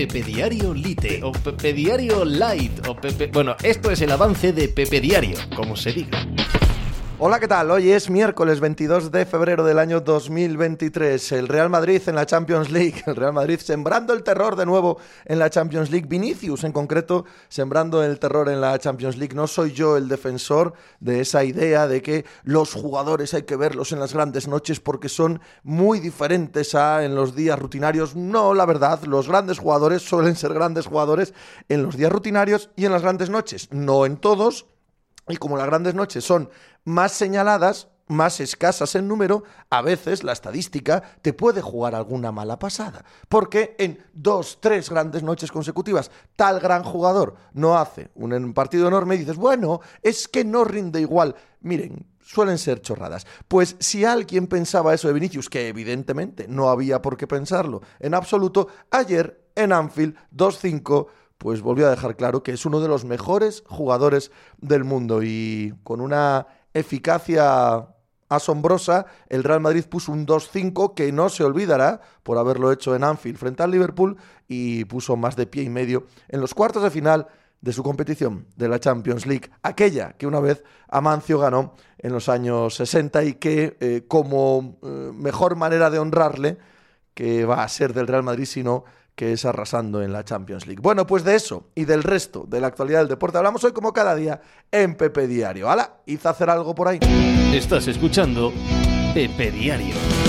Pepe Diario Lite o Pepe Diario Light o Pepe... Bueno, esto es el avance de Pepe Diario, como se diga. Hola, ¿qué tal? Hoy es miércoles 22 de febrero del año 2023. El Real Madrid en la Champions League. El Real Madrid sembrando el terror de nuevo en la Champions League. Vinicius, en concreto, sembrando el terror en la Champions League. No soy yo el defensor de esa idea de que los jugadores hay que verlos en las grandes noches porque son muy diferentes a en los días rutinarios. No, la verdad, los grandes jugadores suelen ser grandes jugadores en los días rutinarios y en las grandes noches. No en todos. Y como las grandes noches son más señaladas, más escasas en número, a veces la estadística te puede jugar alguna mala pasada. Porque en 2, 3 grandes noches consecutivas, tal gran jugador no hace un partido enorme y dices, bueno, es que no rinde igual. Miren, suelen ser chorradas. Pues si alguien pensaba eso de Vinicius, que evidentemente no había por qué pensarlo en absoluto, ayer en Anfield 2-5... pues volvió a dejar claro que es uno de los mejores jugadores del mundo y con una eficacia asombrosa, el Real Madrid puso un 2-5 que no se olvidará por haberlo hecho en Anfield frente al Liverpool y puso más de pie y medio en los cuartos de final de su competición de la Champions League, aquella que una vez Amancio ganó en los años 60 y que como mejor manera de honrarle, que va a ser del Real Madrid, sino que es arrasando en la Champions League. Bueno, pues de eso y del resto de la actualidad del deporte hablamos hoy como cada día en Pepe Diario. ¡Hala! Id a hacer algo por ahí. Estás escuchando Pepe Diario.